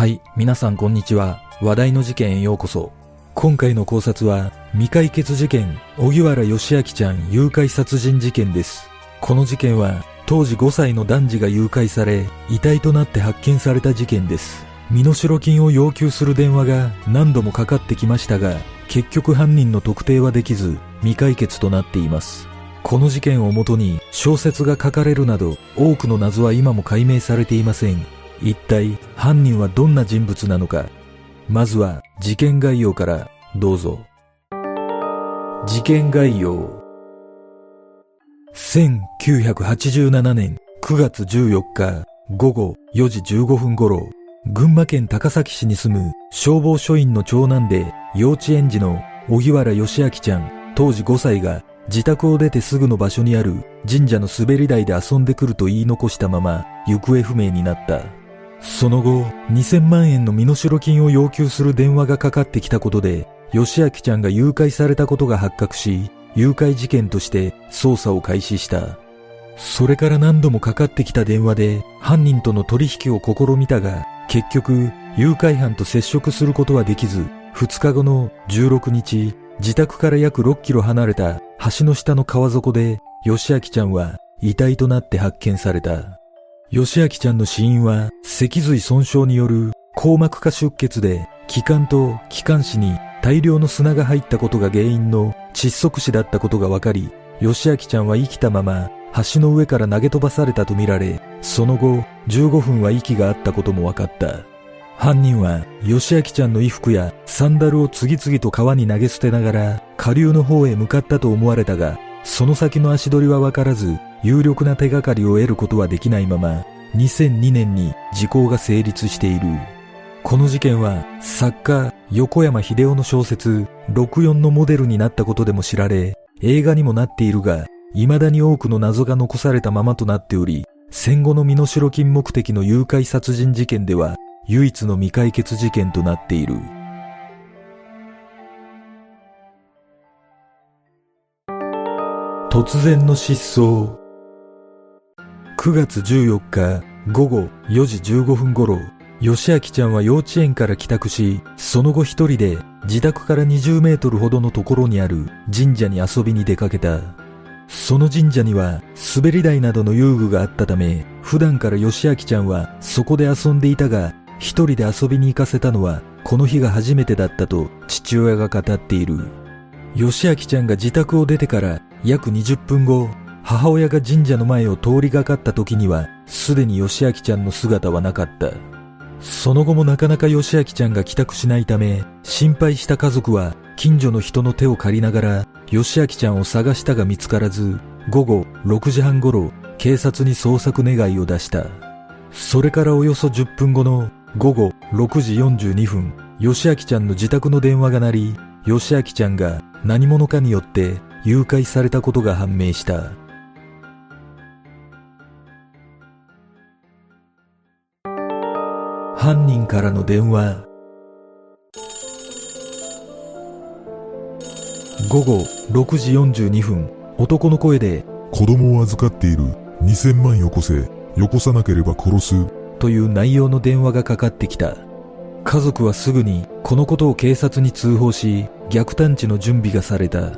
はい、皆さんこんにちは。話題の事件へようこそ。今回の考察は未解決事件、荻原義明ちゃん誘拐殺人事件です。この事件は当時5歳の男児が誘拐され遺体となって発見された事件です。身代金を要求する電話が何度もかかってきましたが、結局犯人の特定はできず未解決となっています。この事件をもとに小説が書かれるなど多くの謎は今も解明されていません。一体犯人はどんな人物なのか。まずは事件概要からどうぞ。事件概要。1987年9月14日午後4時15分頃、群馬県高崎市に住む消防署員の長男で幼稚園児の荻原義明ちゃん当時5歳が自宅を出てすぐの場所にある神社の滑り台で遊んでくると言い残したまま行方不明になった。その後、2000万円の身代金を要求する電話がかかってきたことで、義明ちゃんが誘拐されたことが発覚し、誘拐事件として捜査を開始した。それから何度もかかってきた電話で犯人との取引を試みたが、結局、誘拐犯と接触することはできず、2日後の16日、自宅から約6キロ離れた橋の下の川底で、義明ちゃんは遺体となって発見された。義明ちゃんの死因は脊髄損傷による硬膜下出血で、気管と気管支に大量の砂が入ったことが原因の窒息死だったことが分かり、義明ちゃんは生きたまま橋の上から投げ飛ばされたとみられ、その後15分は息があったことも分かった。犯人は義明ちゃんの衣服やサンダルを次々と川に投げ捨てながら下流の方へ向かったと思われたが、その先の足取りは分からず、有力な手がかりを得ることはできないまま、2002年に時効が成立している。この事件は作家横山秀夫の小説64のモデルになったことでも知られ、映画にもなっているが、未だに多くの謎が残されたままとなっており、戦後の身代金目的の誘拐殺人事件では唯一の未解決事件となっている。突然の失踪。9月14日午後4時15分頃、義明ちゃんは幼稚園から帰宅し、その後一人で自宅から20メートルほどのところにある神社に遊びに出かけた。その神社には滑り台などの遊具があったため、普段から義明ちゃんはそこで遊んでいたが、一人で遊びに行かせたのはこの日が初めてだったと父親が語っている。義明ちゃんが自宅を出てから約20分後、母親が神社の前を通りがかった時には、すでに義明ちゃんの姿はなかった。その後もなかなか義明ちゃんが帰宅しないため、心配した家族は近所の人の手を借りながら義明ちゃんを探したが見つからず、午後6時半頃、警察に捜索願いを出した。それからおよそ10分後の午後6時42分、義明ちゃんの自宅の電話が鳴り、義明ちゃんが何者かによって誘拐されたことが判明した。犯人からの電話。午後6時42分、男の声で、 子供を預かっている。2000万よこせ。よこさなければ殺す。 という内容の電話がかかってきた。家族はすぐにこのことを警察に通報し、逆探知の準備がされた。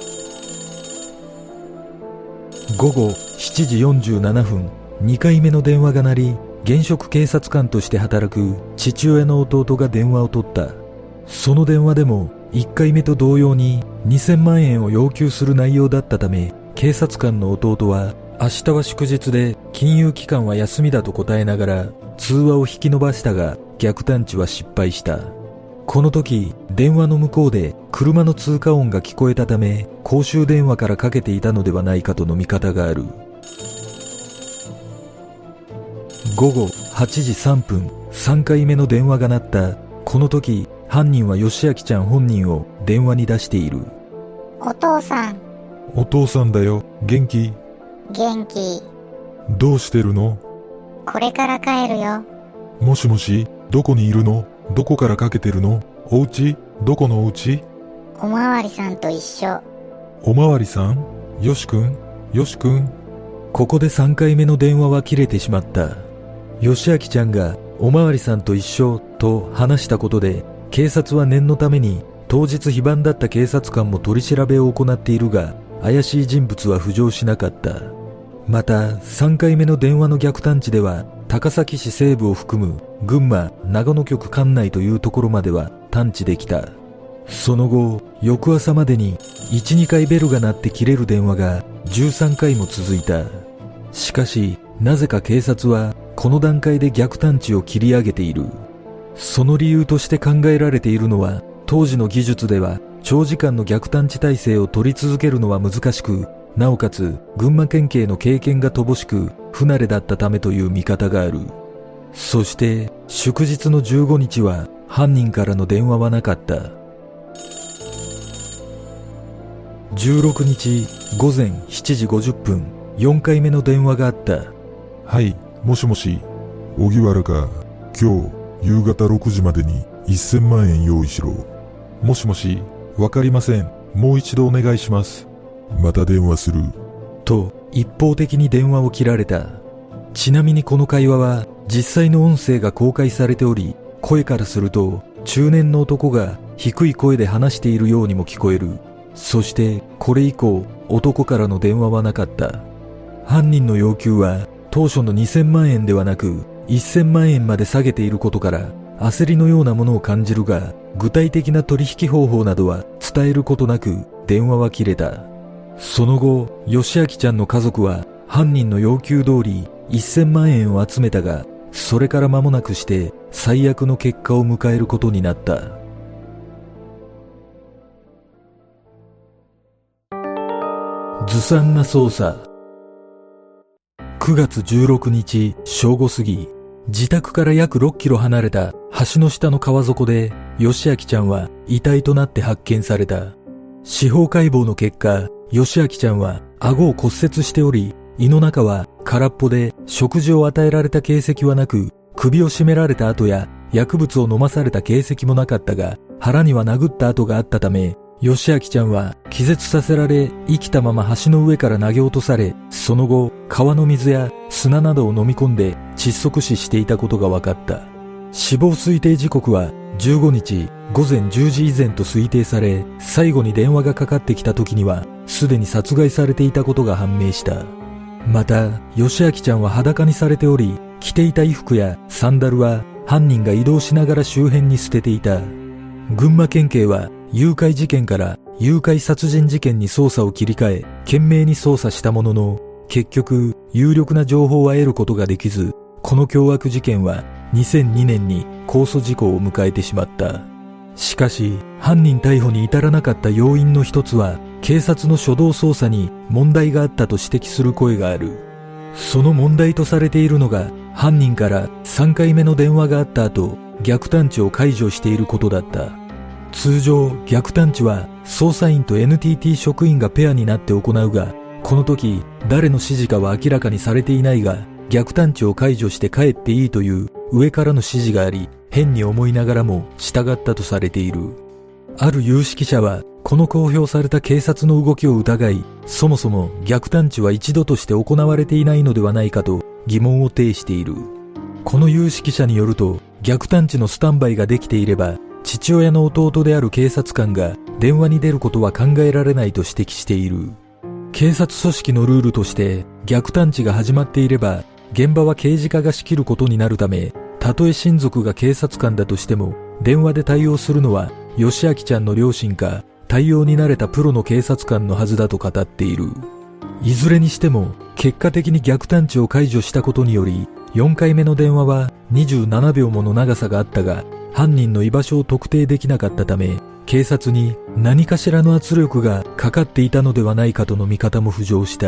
午後7時47分、2回目の電話が鳴り、現職警察官として働く父親の弟が電話を取った。その電話でも1回目と同様に2000万円を要求する内容だったため、警察官の弟は明日は祝日で金融機関は休みだと答えながら通話を引き延ばしたが、逆探知は失敗した。この時、電話の向こうで車の通過音が聞こえたため、公衆電話からかけていたのではないかとの見方がある。午後8時3分、3回目の電話が鳴った。この時、犯人は義明ちゃん本人を電話に出している。 お父さん。 お父さんだよ。元気？ 元気。 どうしてるの？ これから帰るよ。 もしもし、どこにいるの？どこからかけてるの？お家？どこのお家？ おまわりさんと一緒。 おまわりさん？よしくん？よしくん？ ここで3回目の電話は切れてしまった。義明ちゃんがおまわりさんと一緒と話したことで、警察は念のために当日非番だった警察官も取り調べを行っているが、怪しい人物は浮上しなかった。また3回目の電話の逆探知では、高崎市西部を含む群馬長野局管内というところまでは探知できた。その後、翌朝までに 1,2 回ベルが鳴って切れる電話が13回も続いた。しかしなぜか警察はこの段階で逆探知を切り上げている。その理由として考えられているのは、当時の技術では長時間の逆探知体制を取り続けるのは難しく、なおかつ群馬県警の経験が乏しく不慣れだったためという見方がある。そして祝日の15日は犯人からの電話はなかった。16日午前7時50分、4回目の電話があった。 はい、もしもし。荻原か。今日夕方6時までに1000万円用意しろ。 もしもし、わかりません。もう一度お願いします。 また電話する。 と一方的に電話を切られた。ちなみにこの会話は実際の音声が公開されており、声からすると中年の男が低い声で話しているようにも聞こえる。そしてこれ以降男からの電話はなかった。犯人の要求は当初の2000万円ではなく1000万円まで下げていることから焦りのようなものを感じるが、具体的な取引方法などは伝えることなく電話は切れた。その後、義明ちゃんの家族は犯人の要求通り1000万円を集めたが、それから間もなくして最悪の結果を迎えることになった。ずさんな捜査。9月16日正午過ぎ、自宅から約6キロ離れた橋の下の川底で義明ちゃんは遺体となって発見された。司法解剖の結果、義明ちゃんは顎を骨折しており、胃の中は空っぽで食事を与えられた形跡はなく、首を絞められた跡や薬物を飲まされた形跡もなかったが、腹には殴った跡があったため、義明ちゃんは気絶させられ、生きたまま橋の上から投げ落とされ、その後川の水や砂などを飲み込んで窒息死していたことが分かった。死亡推定時刻は15日午前10時以前と推定され、最後に電話がかかってきた時にはすでに殺害されていたことが判明した。また義明ちゃんは裸にされており、着ていた衣服やサンダルは犯人が移動しながら周辺に捨てていた。群馬県警は誘拐事件から誘拐殺人事件に捜査を切り替え、懸命に捜査したものの、結局有力な情報は得ることができず、この凶悪事件は2002年に公訴時効を迎えてしまった。しかし犯人逮捕に至らなかった要因の一つは、警察の初動捜査に問題があったと指摘する声がある。その問題とされているのが、犯人から3回目の電話があった後、逆探知を解除していることだった。通常逆探知は捜査員と NTT 職員がペアになって行うが、この時誰の指示かは明らかにされていないが、逆探知を解除して帰っていいという上からの指示があり、変に思いながらも従ったとされている。ある有識者はこの公表された警察の動きを疑い、そもそも逆探知は一度として行われていないのではないかと疑問を呈している。この有識者によると、逆探知のスタンバイができていれば、父親の弟である警察官が電話に出ることは考えられないと指摘している。警察組織のルールとして、逆探知が始まっていれば現場は刑事課が仕切ることになるため、たとえ親族が警察官だとしても電話で対応するのは義明ちゃんの両親か対応に慣れたプロの警察官のはずだと語っている。いずれにしても結果的に逆探知を解除したことにより、4回目の電話は27秒もの長さがあったが、犯人の居場所を特定できなかったため、警察に何かしらの圧力がかかっていたのではないかとの見方も浮上した。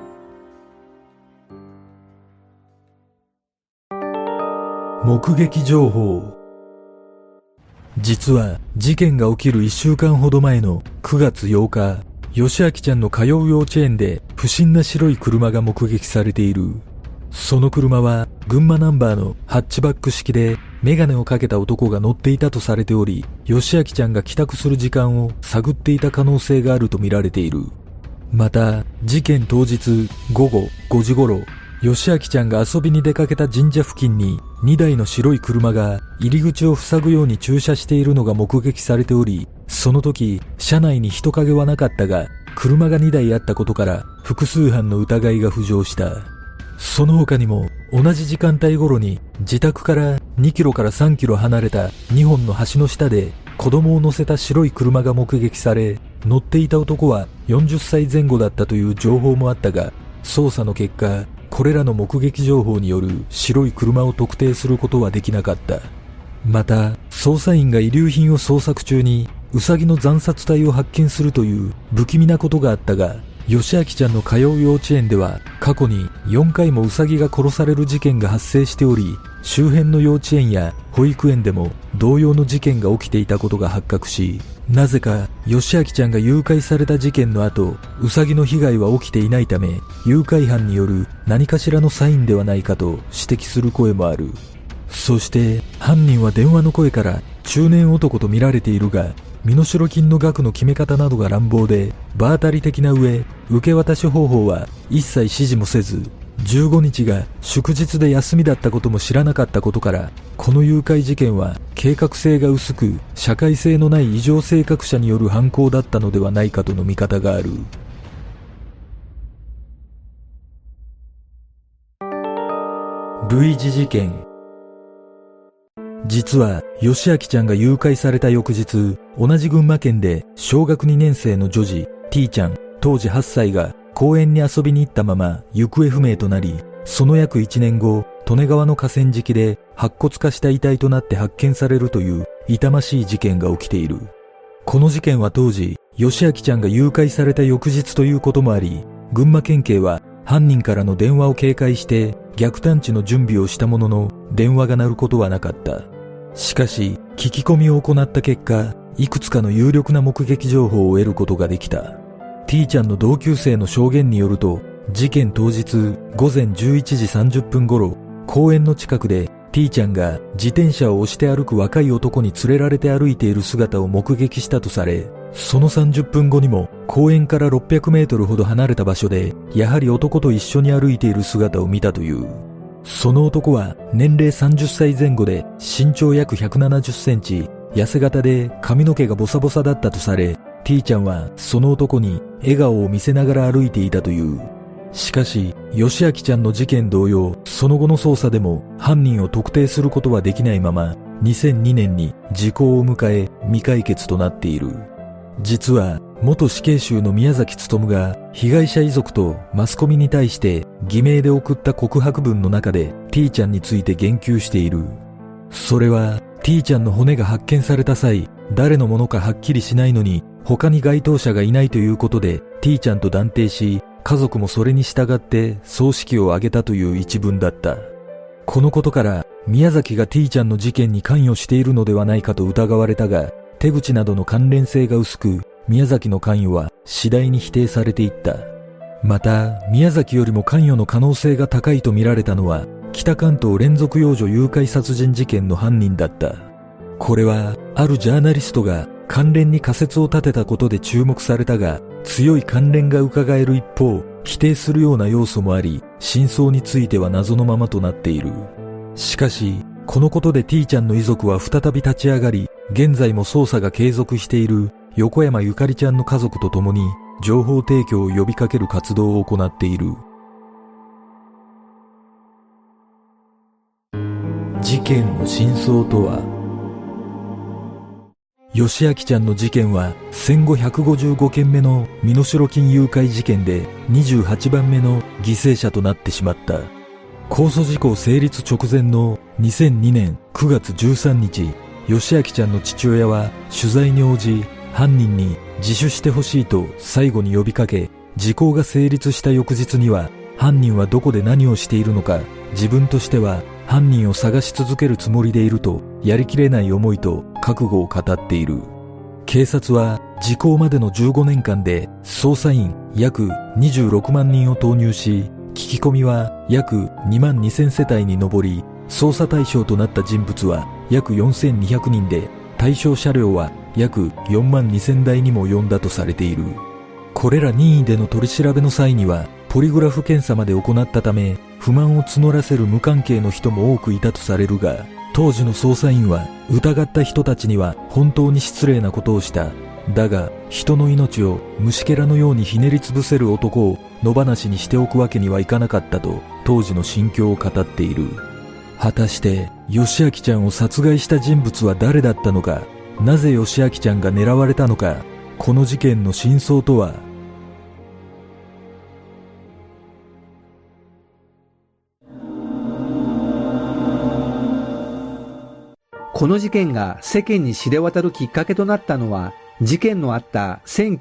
目撃情報。実は事件が起きる1週間ほど前の9月8日、義明ちゃんの通う幼稚園で不審な白い車が目撃されている。その車は群馬ナンバーのハッチバック式で、メガネをかけた男が乗っていたとされており、義明ちゃんが帰宅する時間を探っていた可能性があるとみられている。また事件当日午後5時頃、義明ちゃんが遊びに出かけた神社付近に 2台の白い車が入り口を塞ぐように駐車しているのが目撃されており、その時車内に人影はなかったが、車が2台あったことから複数犯の疑いが浮上した。その他にも同じ時間帯頃に自宅から2キロから3キロ離れた2本の橋の下で子供を乗せた白い車が目撃され、乗っていた男は40歳前後だったという情報もあったが、捜査の結果、これらの目撃情報による白い車を特定することはできなかった。また、捜査員が遺留品を捜索中にウサギの惨殺体を発見するという不気味なことがあったが、吉明ちゃんの通う幼稚園では過去に4回もウサギが殺される事件が発生しており、周辺の幼稚園や保育園でも同様の事件が起きていたことが発覚し、なぜか吉明ちゃんが誘拐された事件の後、ウサギの被害は起きていないため、誘拐犯による何かしらのサインではないかと指摘する声もある。そして犯人は電話の声から中年男と見られているが、身代金の額の決め方などが乱暴で場当たり的な上、受け渡し方法は一切指示もせず、15日が祝日で休みだったことも知らなかったことから、この誘拐事件は計画性が薄く社会性のない異常性格者による犯行だったのではないかとの見方がある。類似事件。実は吉明ちゃんが誘拐された翌日、同じ群馬県で小学2年生の女児 T ちゃん当時8歳が公園に遊びに行ったまま行方不明となり、その約1年後、利根川の河川敷で白骨化した遺体となって発見されるという痛ましい事件が起きている。この事件は当時、吉明ちゃんが誘拐された翌日ということもあり、群馬県警は犯人からの電話を警戒して逆探知の準備をしたものの、電話が鳴ることはなかった。しかし、聞き込みを行った結果、いくつかの有力な目撃情報を得ることができた。T ちゃんの同級生の証言によると、事件当日午前11時30分頃、公園の近くで T ちゃんが自転車を押して歩く若い男に連れられて歩いている姿を目撃したとされ、その30分後にも公園から600メートルほど離れた場所で、やはり男と一緒に歩いている姿を見たという。その男は年齢30歳前後で身長約170センチ、痩せ型で髪の毛がボサボサだったとされ、T ちゃんはその男に笑顔を見せながら歩いていたという。しかし、吉明ちゃんの事件同様、その後の捜査でも犯人を特定することはできないまま、2002年に時効を迎え未解決となっている。実は、元死刑囚の宮崎勉が被害者遺族とマスコミに対して偽名で送った告白文の中で T ちゃんについて言及している。それは T ちゃんの骨が発見された際、誰のものかはっきりしないのに他に該当者がいないということで T ちゃんと断定し、家族もそれに従って葬式を挙げたという一文だった。このことから宮崎が T ちゃんの事件に関与しているのではないかと疑われたが、手口などの関連性が薄く、宮崎の関与は次第に否定されていった。また、宮崎よりも関与の可能性が高いと見られたのは、北関東連続幼女誘拐殺人事件の犯人だった。これは、あるジャーナリストが関連に仮説を立てたことで注目されたが、強い関連が伺える一方、否定するような要素もあり、真相については謎のままとなっている。しかし、このことで T ちゃんの遺族は再び立ち上がり、現在も捜査が継続している横山ゆかりちゃんの家族と共に情報提供を呼びかける活動を行っている。事件の真相とは。吉明ちゃんの事件は戦後155件目の身代金誘拐事件で28番目の犠牲者となってしまった。控訴事項成立直前の2002年9月13日、吉明ちゃんの父親は取材に応じ、犯人に自首してほしいと最後に呼びかけ、時効が成立した翌日には、犯人はどこで何をしているのか、自分としては犯人を探し続けるつもりでいると、やりきれない思いと覚悟を語っている。警察は時効までの15年間で捜査員約26万人を投入し、聞き込みは約2万2000世帯に上り、捜査対象となった人物は約4200人で、対象車両は約4万2000台にも及んだとされている。これら任意での取り調べの際には、ポリグラフ検査まで行ったため、 不満を募らせる無関係の人も多くいたとされるが、当時の捜査員は疑った人たちには本当に失礼なことをした。だが、人の命を虫けらのようにひねりつぶせる男を野放しにしておくわけにはいかなかったと、当時の心境を語っている。果たして、義明ちゃんを殺害した人物は誰だったのか、なぜ義明ちゃんが狙われたのか、この事件の真相とは。 この事件が世間に知れ渡るきっかけとなったのは、事件のあった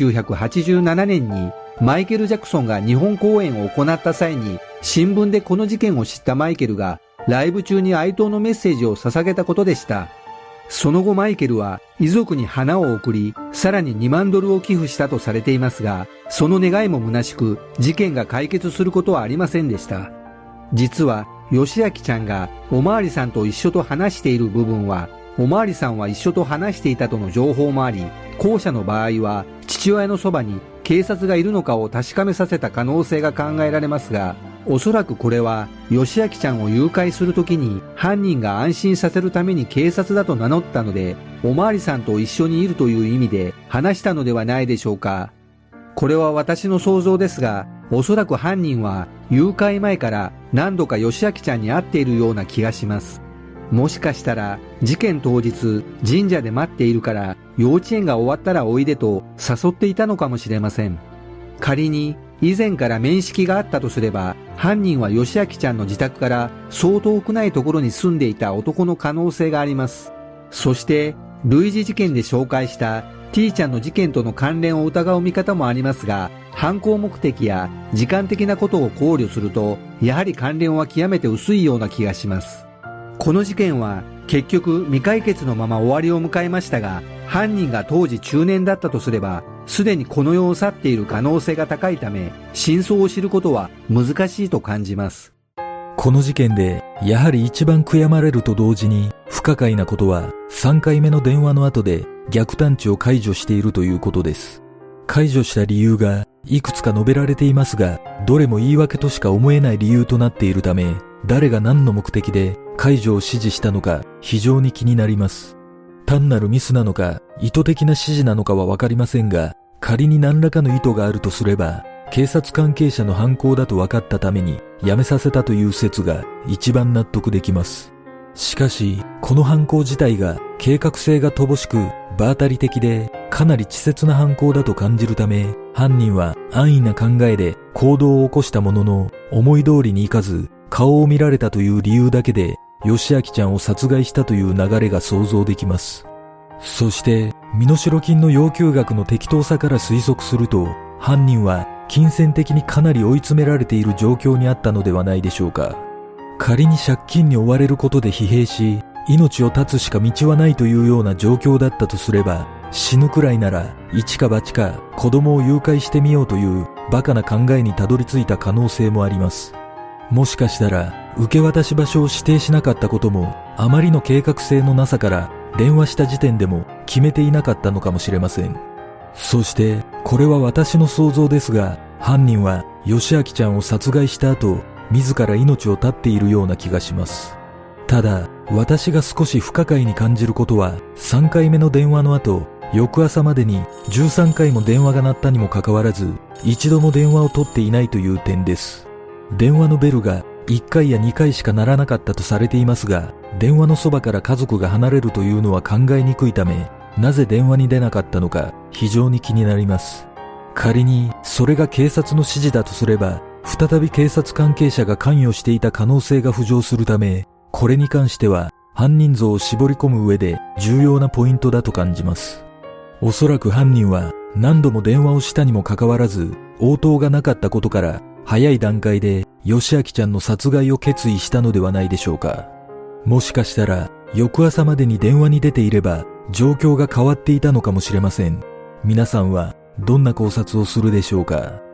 1987年にマイケル・ジャクソンが日本公演を行った際に、新聞でこの事件を知ったマイケルがライブ中に哀悼のメッセージを捧げたことでした。その後マイケルは遺族に花を贈り、さらに2万ドルを寄付したとされていますが、その願いも虚しく、事件が解決することはありませんでした。実は、義明ちゃんがおまわりさんと一緒と話している部分は、おまわりさんは一緒と話していたとの情報もあり、後者の場合は父親のそばに警察がいるのかを確かめさせた可能性が考えられますが、おそらくこれは義明ちゃんを誘拐するときに犯人が安心させるために警察だと名乗ったので、おまわりさんと一緒にいるという意味で話したのではないでしょうか。これは私の想像ですが、おそらく犯人は誘拐前から何度か義明ちゃんに会っているような気がします。もしかしたら事件当日神社で待っているから幼稚園が終わったらおいでと誘っていたのかもしれません。仮に以前から面識があったとすれば、犯人は義明ちゃんの自宅からそう遠くないところに住んでいた男の可能性があります。そして類似事件で紹介した T ちゃんの事件との関連を疑う見方もありますが、犯行目的や時間的なことを考慮すると、やはり関連は極めて薄いような気がします。この事件は結局未解決のまま終わりを迎えましたが、犯人が当時中年だったとすれば、すでにこの世を去っている可能性が高いため、真相を知ることは難しいと感じます。 この事件でやはり一番悔やまれると同時に不可解なことは、3回目の電話の後で逆探知を解除しているということです。解除した理由がいくつか述べられていますが、どれも言い訳としか思えない理由となっているため、誰が何の目的で解除を指示したのか非常に気になります。単なるミスなのか意図的な指示なのかはわかりませんが、仮に何らかの意図があるとすれば、警察関係者の犯行だと分かったために辞めさせたという説が一番納得できます。しかし、この犯行自体が計画性が乏しく場当たり的でかなり稚拙な犯行だと感じるため、犯人は安易な考えで行動を起こしたものの、思い通りにいかず顔を見られたという理由だけで義明ちゃんを殺害したという流れが想像できます。そして身代金の要求額の適当さから推測すると、犯人は金銭的にかなり追い詰められている状況にあったのではないでしょうか。仮に借金に追われることで疲弊し、命を絶つしか道はないというような状況だったとすれば、死ぬくらいなら一か八か子供を誘拐してみようというバカな考えにたどり着いた可能性もあります。もしかしたら受け渡し場所を指定しなかったことも、あまりの計画性のなさから電話した時点でも決めていなかったのかもしれません。そしてこれは私の想像ですが、犯人は義明ちゃんを殺害した後、自ら命を絶っているような気がします。ただ私が少し不可解に感じることは、3回目の電話の後、翌朝までに13回も電話が鳴ったにもかかわらず、一度も電話を取っていないという点です。電話のベルが1回や2回しか鳴らなかったとされていますが、電話のそばから家族が離れるというのは考えにくいため、なぜ電話に出なかったのか非常に気になります。仮にそれが警察の指示だとすれば、再び警察関係者が関与していた可能性が浮上するため、これに関しては犯人像を絞り込む上で重要なポイントだと感じます。おそらく犯人は何度も電話をしたにもかかわらず応答がなかったことから、早い段階で義明ちゃんの殺害を決意したのではないでしょうか。もしかしたら翌朝までに電話に出ていれば状況が変わっていたのかもしれません。皆さんはどんな考察をするでしょうか。